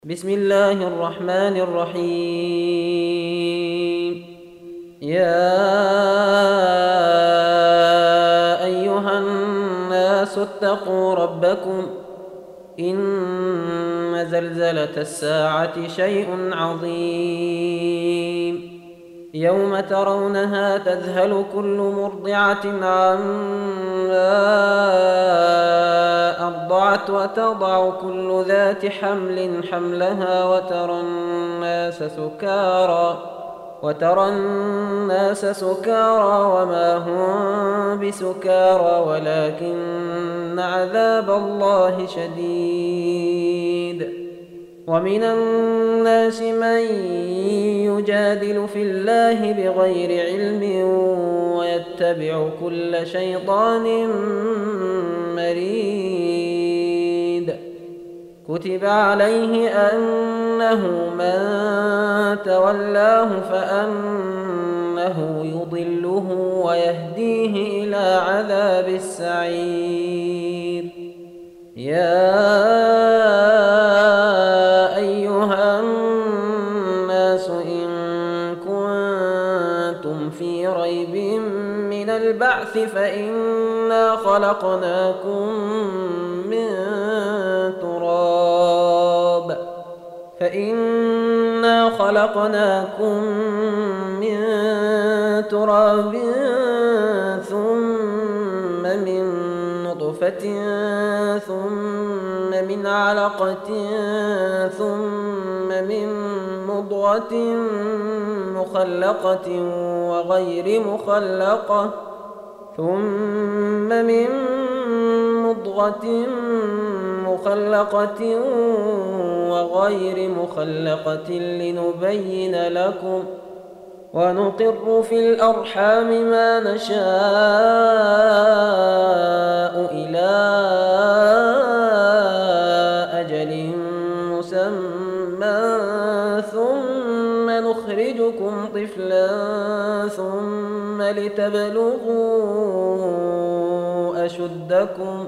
بسم الله الرحمن الرحيم. يا أيها الناس اتقوا ربكم إن زلزلة الساعة شيء عظيم. يوم ترونها تذهل كل مرضعة عما أرضعت وتضع كل ذات حمل حملها وترى الناس سكارى وما هم بسكارى ولكن عذاب الله شديد. ومن الناس من يجادل في الله بغير علم ويتبع كل شيطان مريد. كتب عليه أنه من تولاه فأنه يضله ويهديه إلى عذاب السعير. يا أيها الناس إن كنتم في ريب من البعث فإنا خلقناكم من تراب ثم من نطفة ثم من علقة ثم من مضغة مخلقة وغير مخلقة لنبين لكم. ونقر في الأرحام ما نشاء إلى أجل مسمى ثم نخرجكم طفلا ثم لتبلغوا أشدكم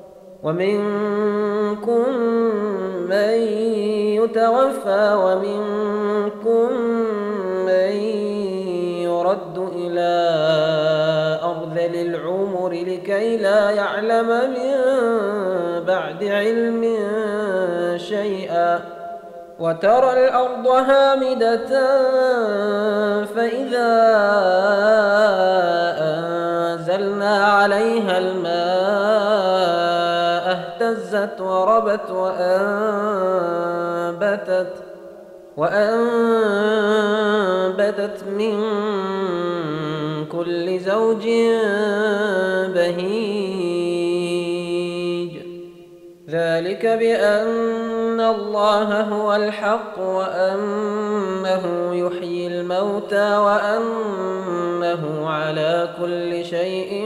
ومنكم من يتوفى ومنكم من يرد إلى أرذل العمر لكي لا يعلم من بعد علم شيئا. وترى الأرض هامدة فإذا أنزلنا عليها الماء اهتزت وربت وأنبتت من كل زوج بهيج. ذلك بأن الله هو الحق وأنه يحيي الموتى وأنه على كل شيء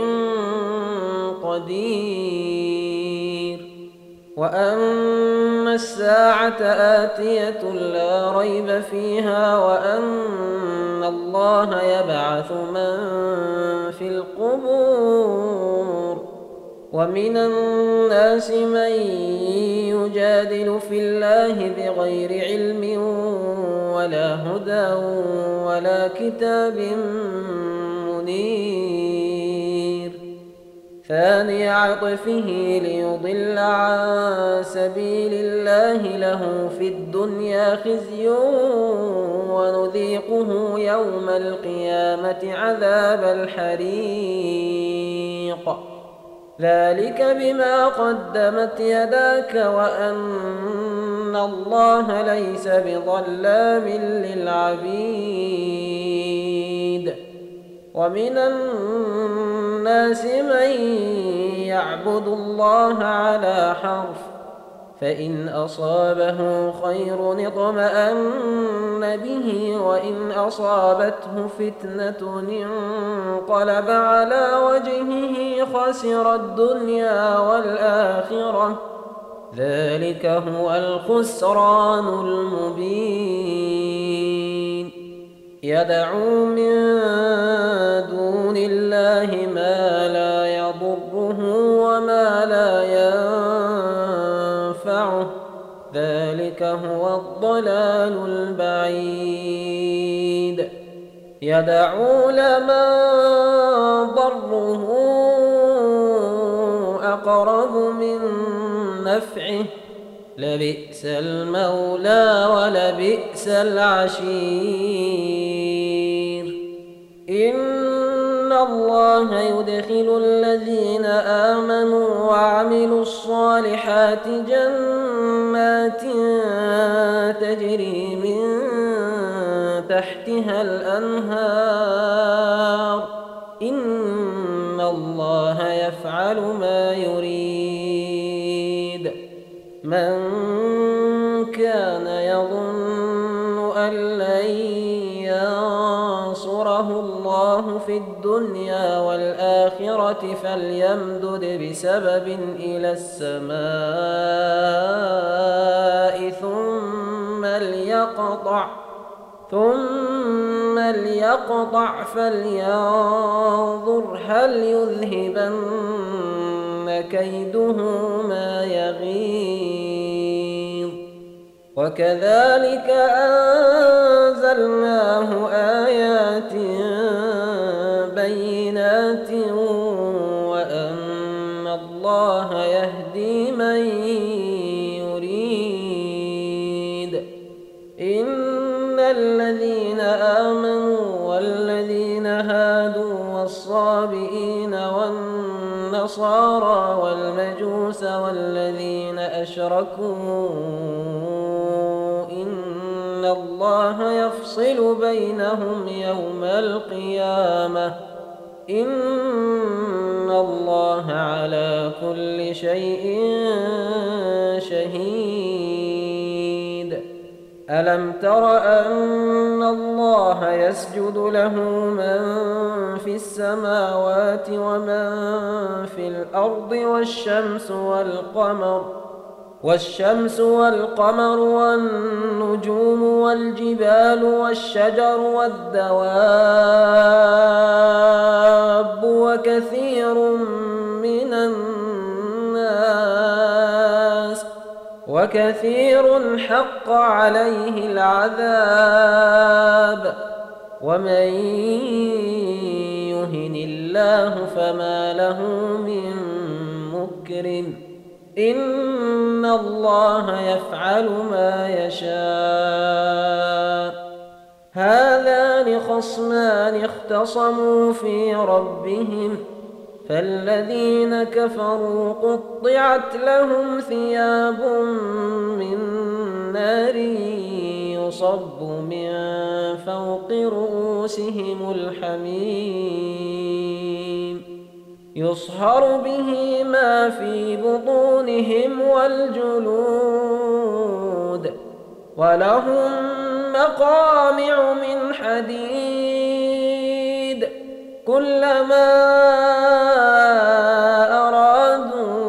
قدير. وأن الساعة آتية لا ريب فيها وأن الله يبعث من في القبور. ومن الناس من يجادل في الله بغير علم ولا هدى ولا كتاب منير. ثاني عطفه ليضل عن سبيل الله له في الدنيا خزي ونذيقه يوم القيامة عذاب الحريق. ذلك بما قدمت يداك وأن الله ليس بظلام للعبيد. ومن الناس من يعبد الله على حرف فإن أصابه خير اطمأن به وإن أصابته فتنة انقلب على وجهه خسر الدنيا والآخرة. ذلك هو الخسران المبين. يدعو من دون الله ما لا يضره وما لا ينفعه ذلك هو الضلال البعيد يدعو لمن ضره أقرب من نفعه لبئس المولى ولبئس العشير إن الله يدخل الذين آمنوا وعملوا الصالحات جنات تجري من تحتها الأنهار إن الله يفعل ما يريد من كان يظن أن لن ينصره الله في الدنيا والآخرة فليمدد بسبب إلى السماء ثم ليقطع فلينظر هل يذهبن كيده ما يغيظ وكذلك أنزلناه آيات بينات وأن الله يهدي من يريد إن الذين آمنوا والذين هادوا والصابئين والنصارى والمجوس والذين أشركوا إن الله يفصل بينهم يوم القيامة إن الله على كل شيء شهيد ألم تر أن الله يسجد له من في السماوات ومن في الأرض والشمس والقمر والنجوم والجبال والشجر والدواب وكثير حق عليه العذاب ومن يهن الله فما له من مكرم إن الله يفعل ما يشاء هذان خصمان اختصموا في ربهم فالذين كفروا قطعت لهم ثياب من نار يصب من فوق رؤوسهم الحميم يصهر به ما في بطونهم والجلود ولهم مقامع من حديد كلما أرادوا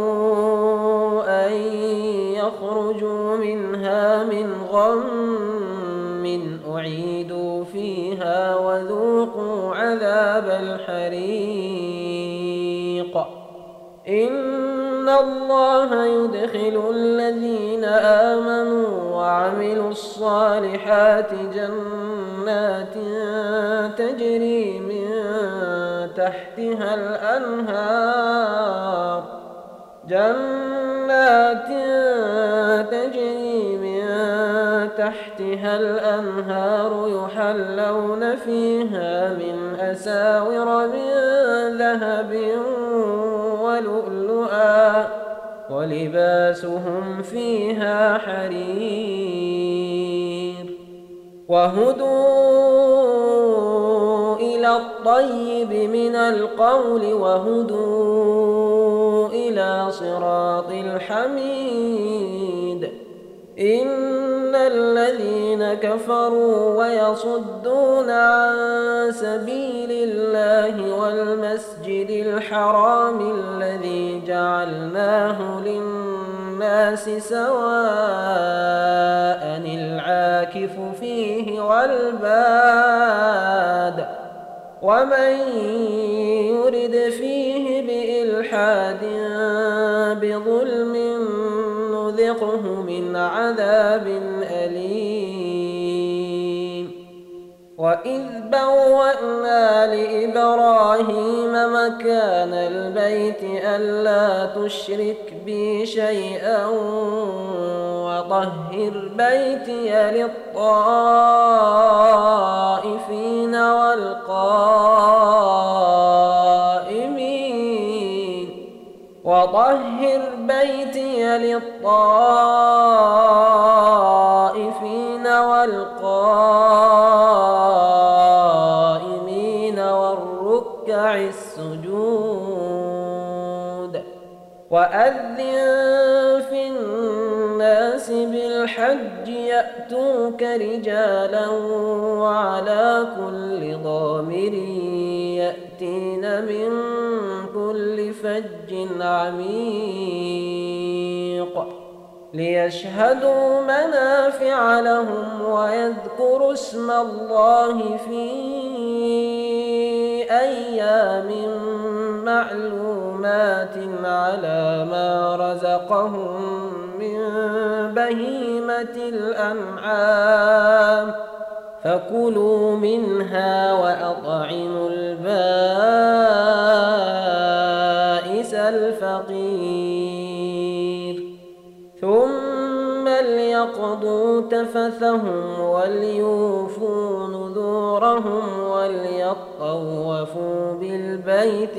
أن يخرجوا منها من غم أعيدوا فيها وذوقوا عذاب الحريق إن الله يدخل الذين آمنوا وعملوا الصالحات جنات تجري من تحتها الأنهار يحلون فيها من أساور من ذهب ولؤلؤا ولباسهم فيها حرير وهدوا إلى الطيب من القول وهدوا إلى صراط الحميد إن الذين كفروا ويصدون عن سبيل الله والمسجد الحرام الذي جعلناه للناس سواء العاكف فيه والباد ومن يرد فيه بإلحاد بظلم نذقه من عذاب أليم. وإذ بوأنا لإبراهيم مكان البيت ألا تشرك بي شيئا وطهر بيتي للطائفين والقائمين والركع السجود. وأذن في الناس بالحج يأتوك رجالا وعلى كل ضامر يأتين من كل فج عميق ليشهدوا منافع لهم ويذكروا اسم الله في أيام معلومات على ما رزقهم من بهيمة الأنعام فكلوا منها وأطعموا البائس الفقير ثم ليقضوا تفثهم وليوفوا نذورهم وليطوفوا بالبيت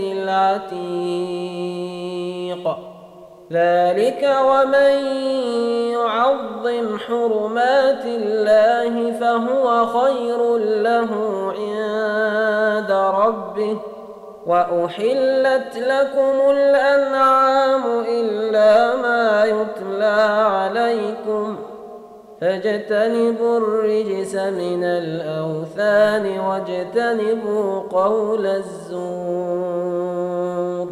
العتيق. ذلك ومن يعظم حرمات الله فهو خير له عند ربه. وأحلت لكم الأنعام إلا ما يتلى عليكم فاجتنبوا الرجس من الأوثان واجتنبوا قول الزور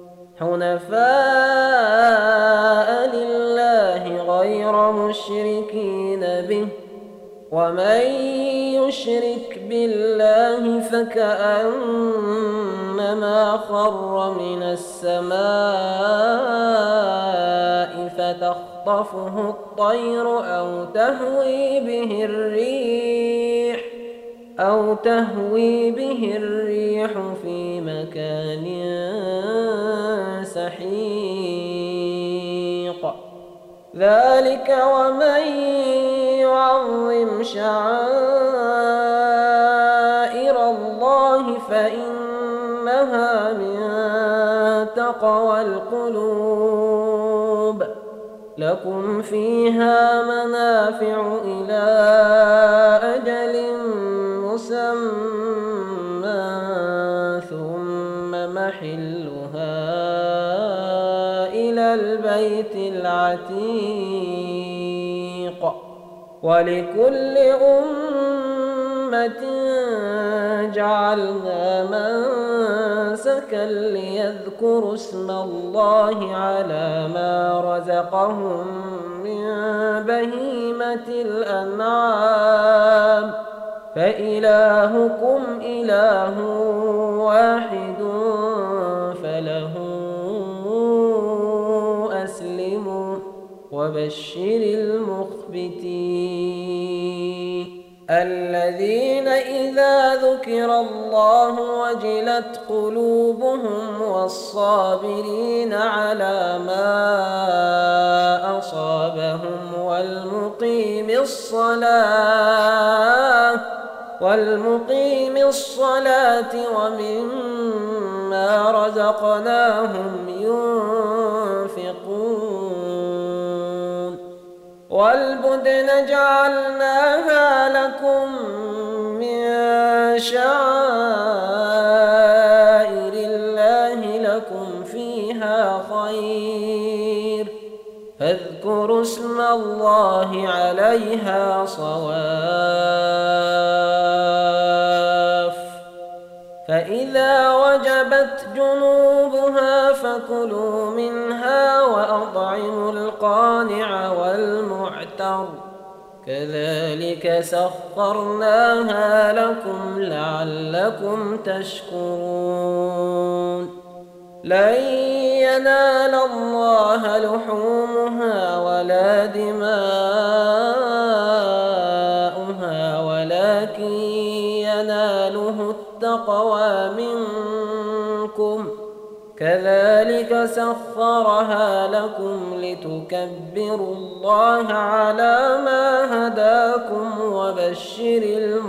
حنفاء لله غير مشركين به. ومن يشرك بالله فكأنما خر من السماء فتخطفه الطير أو تهوي به الريح في مكان سحيق. ذلك ومن يعظم شعائر الله فإنها من تقوى القلوب. لكم فيها منافع إلى أجل مسمى ثم محلها إلى البيت العتيق. ولكل أمة جعلنا منسكا ليذكروا اسم الله على ما رزقهم من بهيمة الأنعام فإلهكم إله واحد فله أسلموا وبشر المخبتين الذين إذا ذكر الله وجلت قلوبهم والصابرين على ما أصابهم والمقيم الصلاة ومما رزقناهم ينفقون. والبدن جعلناها لكم من شعائر الله لكم فيها خير فاذكروا اسم الله عليها صواف. فإذا وجبت جنوبها فكلوا منها وأطعموا القانع والمعتر كذلك سخرناها لكم لعلكم تشكرون. لن ينال الله لحومها ولا دماؤها ولكن يناله التقوى منكم كذلك سخرها لكم لتكبروا الله على ما هداكم وبشر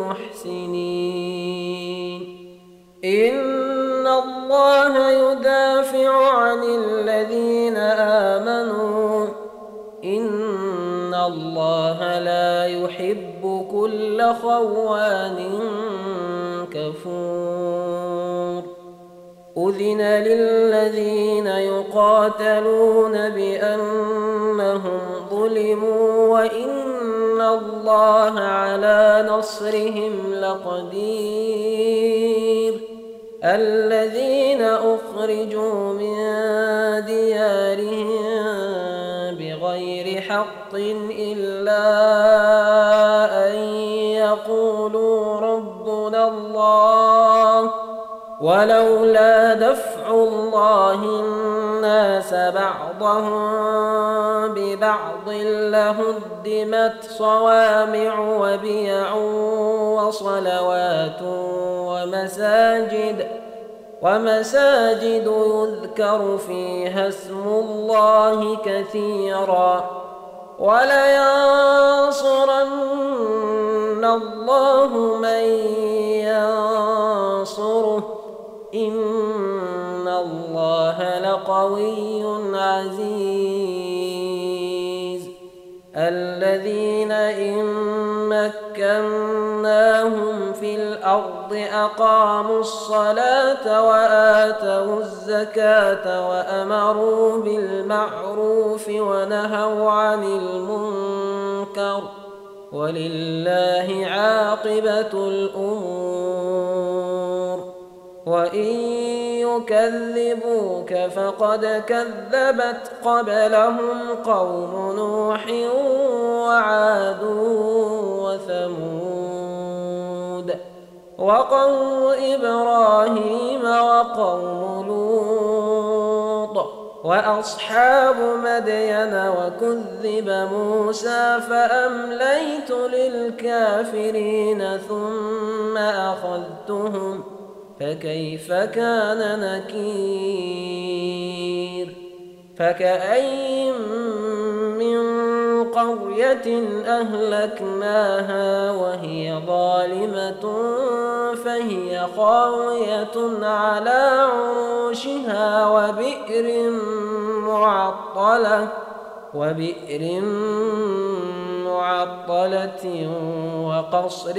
المحسنين إن الله يدافع عن الذين آمنوا إن الله لا يحب كل خوان كفور أذن للذين يقاتلون بأنهم ظلموا وإن الله على نصرهم لقدير الذين أخرجوا من ديارهم بغير حق إلا أن يقولوا ربنا الله ولولا دفع الله الناس بعضهم ببعض لهدمت صوامع وبيع وصلوات ومساجد يذكر فيها اسم الله كثيرا ولينصرن الله من ينصره إن الله لقوي عزيز الذين إن مكناهم في الأرض أقاموا الصلاة وآتوا الزكاة وأمروا بالمعروف ونهوا عن المنكر ولله عاقبة الأمور وإن يكذبوك فقد كذبت قبلهم قوم نوح وعاد وثمود وقوم إبراهيم وقوم لوط وأصحاب مدين وكذب موسى فأمليت للكافرين ثم أخذتهم فكيف كان نكير فكأين من قرية أهلكناها وهي ظالمة فهي خاوية على عروشها وبئر معطلة وقصر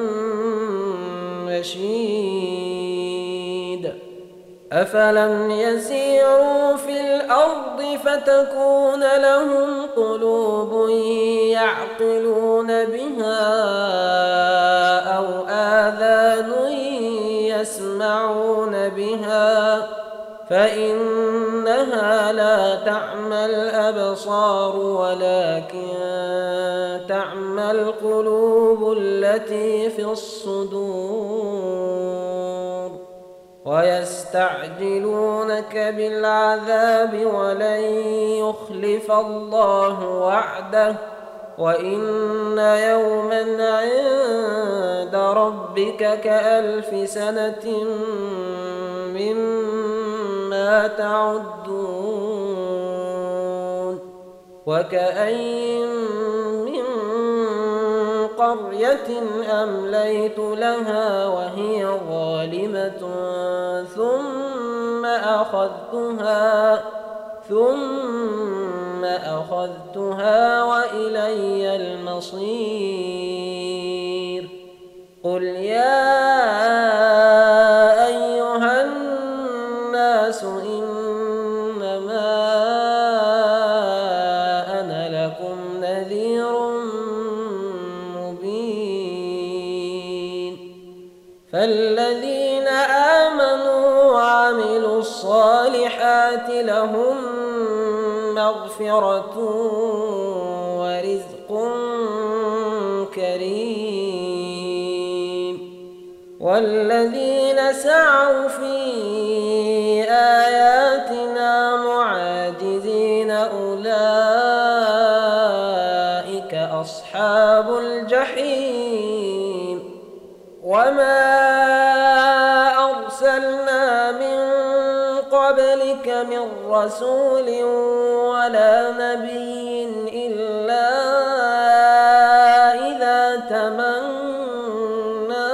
مشيد أفلم يسيروا في الأرض فتكون لهم قلوب يعقلون بها أو آذان يسمعون بها فإنها لا تعمى الأبصار ولكن تعمى القلوب التي في الصدور ويستعجلونك بالعذاب ولن يخلف الله وعده وإن يوما عند ربك كألف سنة مما تعدون وكأين من قرية أمليت لها وهي ظالمة ثم أخذتها وإلي المصير قل يا أيها الناس إنما أنا لكم نذير مبين فالذين آمنوا وعملوا الصالحات لهم مغفرة ورزق كريم والذين سعوا في آياتنا الجحيم. وما أرسلنا من قبلك من رسول ولا نبي إلا إذا تمنى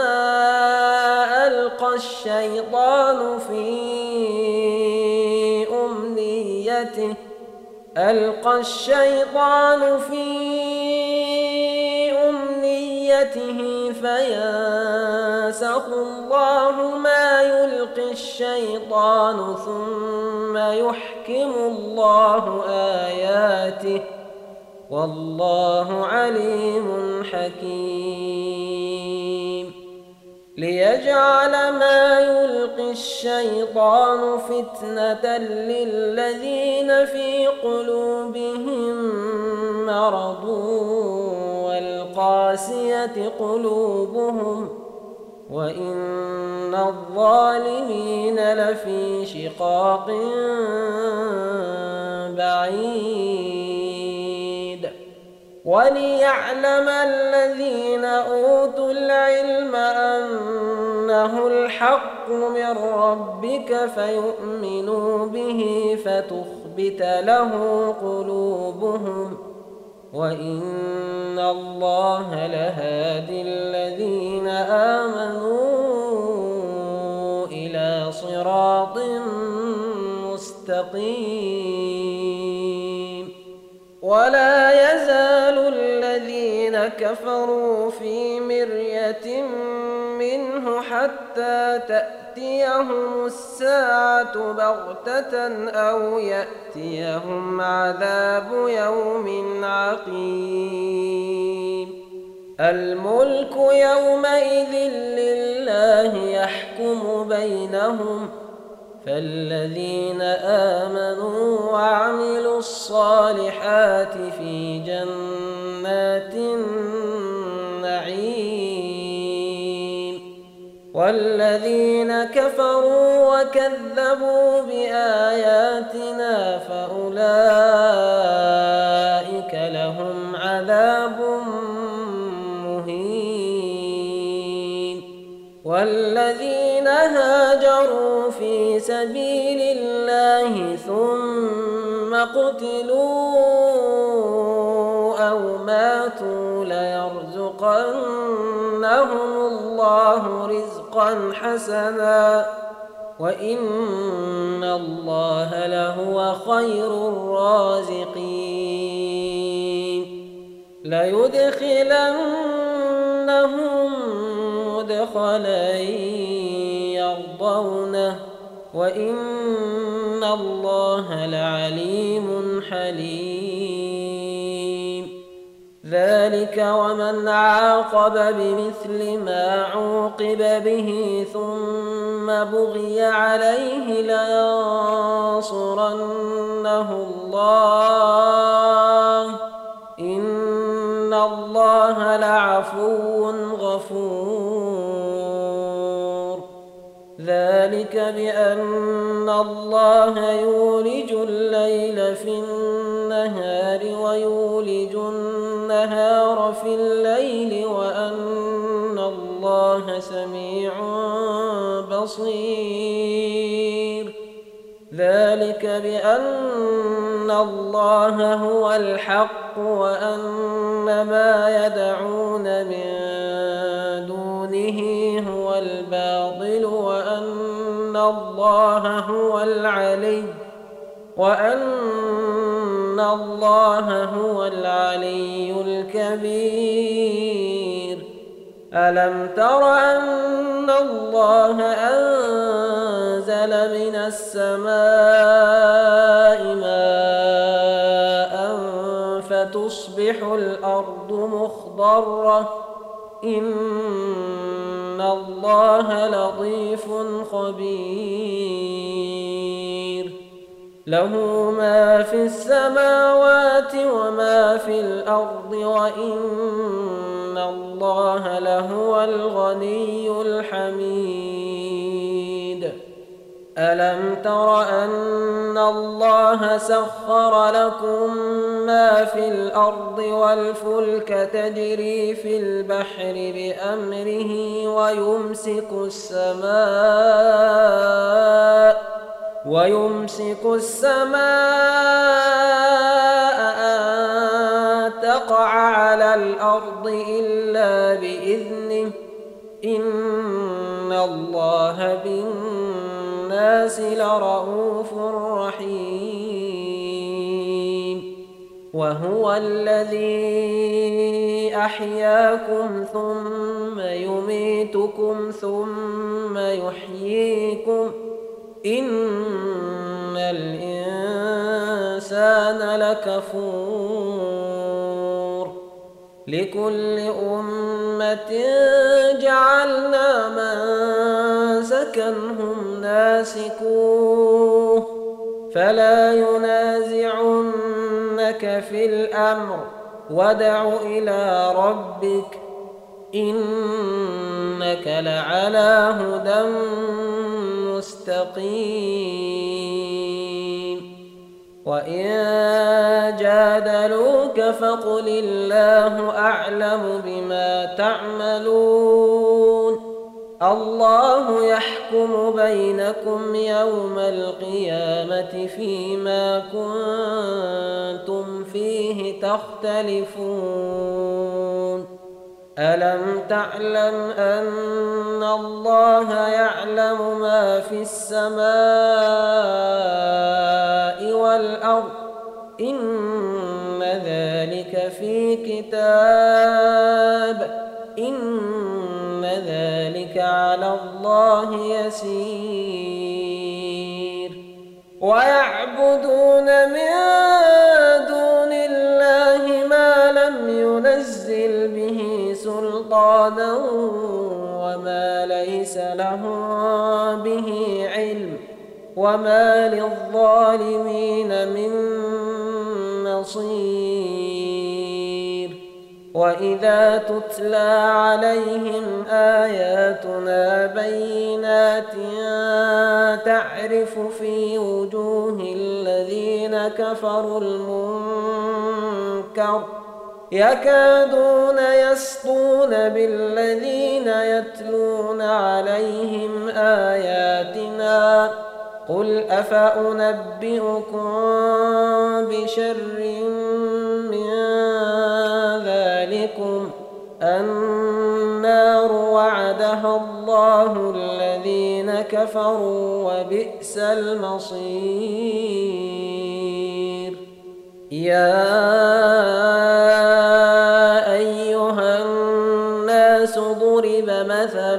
ألقى الشيطان في أمنيته فينسخ الله ما يلقي الشيطان ثم يحكم الله آياته والله عليم حكيم. ليجعل ما يلقي الشيطان فتنة للذين في قلوبهم مرض والقاسية قلوبهم وإن الظالمين لفي شقاق بعيد. وليعلم الذين أوتوا العلم أنه الحق من ربك فيؤمنوا به فتخبت له قلوبهم وإن الله لهادي الذين آمنوا إلى صراط مستقيم. ولا يزال الذين كفروا في مرية منه حتى تأتيهم الساعة بغتة أو يأتيهم عذاب يوم عقيم. الملك يومئذ لله يحكم بينهم فالذين آمنوا وعملوا الصالحات في جنات النعيم. والذين كفروا وكذبوا بآياتنا فأولئك لهم عذاب مهين. والذين هاجروا في سبيل الله ثم قتلوا أو ماتوا ليرزقنهم الله رزقا حسنا وإن الله لهو خير الرازقين. ليدخلنهم مدخلا يرضونه وإن الله لعليم حليم. ذلك ومن عاقب بمثل ما عوقب به ثم بغي عليه لينصرنه الله إن الله لعفو غفور. ذلك بأن الله يولج الليل في النهار ويولج النهار في الليل وأن الله سميع بصير. ذلك بأن الله هو الحق وأن ما يدعون من دونه هو الباطل وأن الله هو العلي الكبير. ألم تر أن الله أنزل من السماء ماء فتصبح الأرض مخضرة إن الله لطيف خبير. له ما في السماوات وما في الأرض وإن الله لهو الغني الحميد. ألم تر أن الله سخر لكم ما في الأرض والفلك تجري في البحر بأمره ويمسك السماء أن تقع على الأرض إلا بإذنه إن الله بالناس لرءوف رحيم وهو الذي أحياكم ثم يميتكم ثم يحييكم إن الإنسان لكفور لكل أمة جعلنا منسكا هم ناسكوه فلا ينازعنك في الأمر وادع إلى ربك إنك لعلى هدى مستقيم وإن جادلوك فقل الله أعلم بما تعملون الله يحكم بينكم يوم القيامة فيما كنتم فيه تختلفون ألم تعلم أن الله يعلم ما في السماء والأرض إن ذلك في كتاب إن ذلك على الله يسير ويعبدون من دون الله ما لم ينزل به سلطانا وما ليس لهم به علم وما للظالمين من نصير وإذا تتلى عليهم آياتنا بينات تعرف في وجوه الذين كفروا المنكر يكادون يسطون بالذين يتلون عليهم آياتنا قل أفأنبئكم بشر من ذلكم النار وعدها الله الذين كفروا وبئس المصير يا أيها الناس ضرب مثل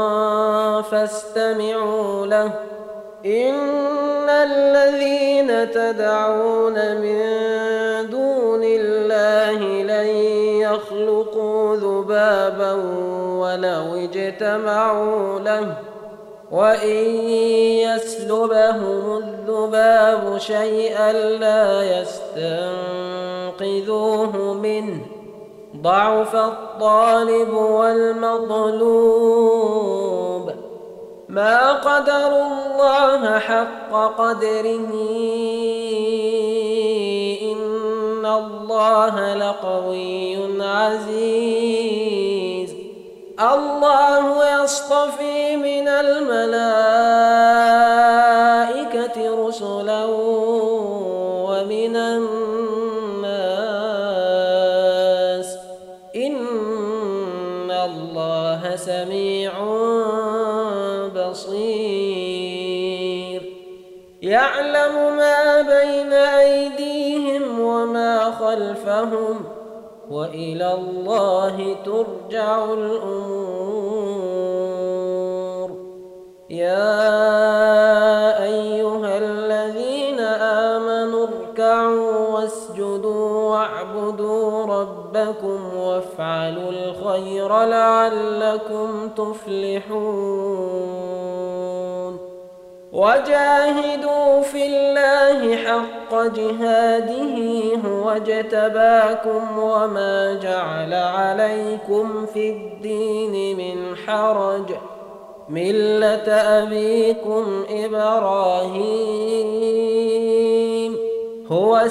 فاستمعوا له إن الذين تدعون من دون الله لن يخلقوا ذبابا ولو اجتمعوا له وإن يسلبهم الذباب شيئا لا يستنقذوه منه ضعف الطالب والمطلوب ما قدروا الله حق قدره إن الله لقوي عزيز الله يصطفي من الملائكة رسلا ومن الناس إن الله سميع بصير يعلم ما بين أيديهم وما خلفهم وإلى الله ترجع الأمور يا أيها الذين آمنوا اركعوا واسجدوا واعبدوا ربكم وافعلوا الخير لعلكم تفلحون وجاهدوا في الله حق جهاده هو اجتباكم وما جعل عليكم في الدين من حرج ملة أبيكم إبراهيم هو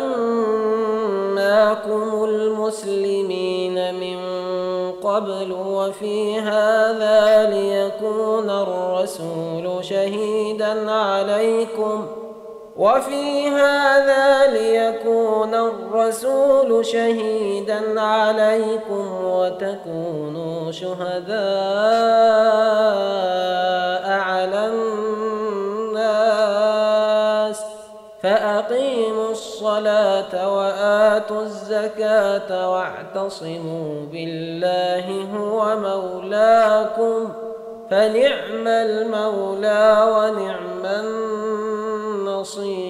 سماكم المسلمين من قبل وفي هذا ليكون الرسول شهيدا عليكم وتكونوا شهداء على الناس فأقيموا الصلاة وآتوا الزكاة واعتصموا بالله هو مولاكم فنعم المولى ونعم النصير.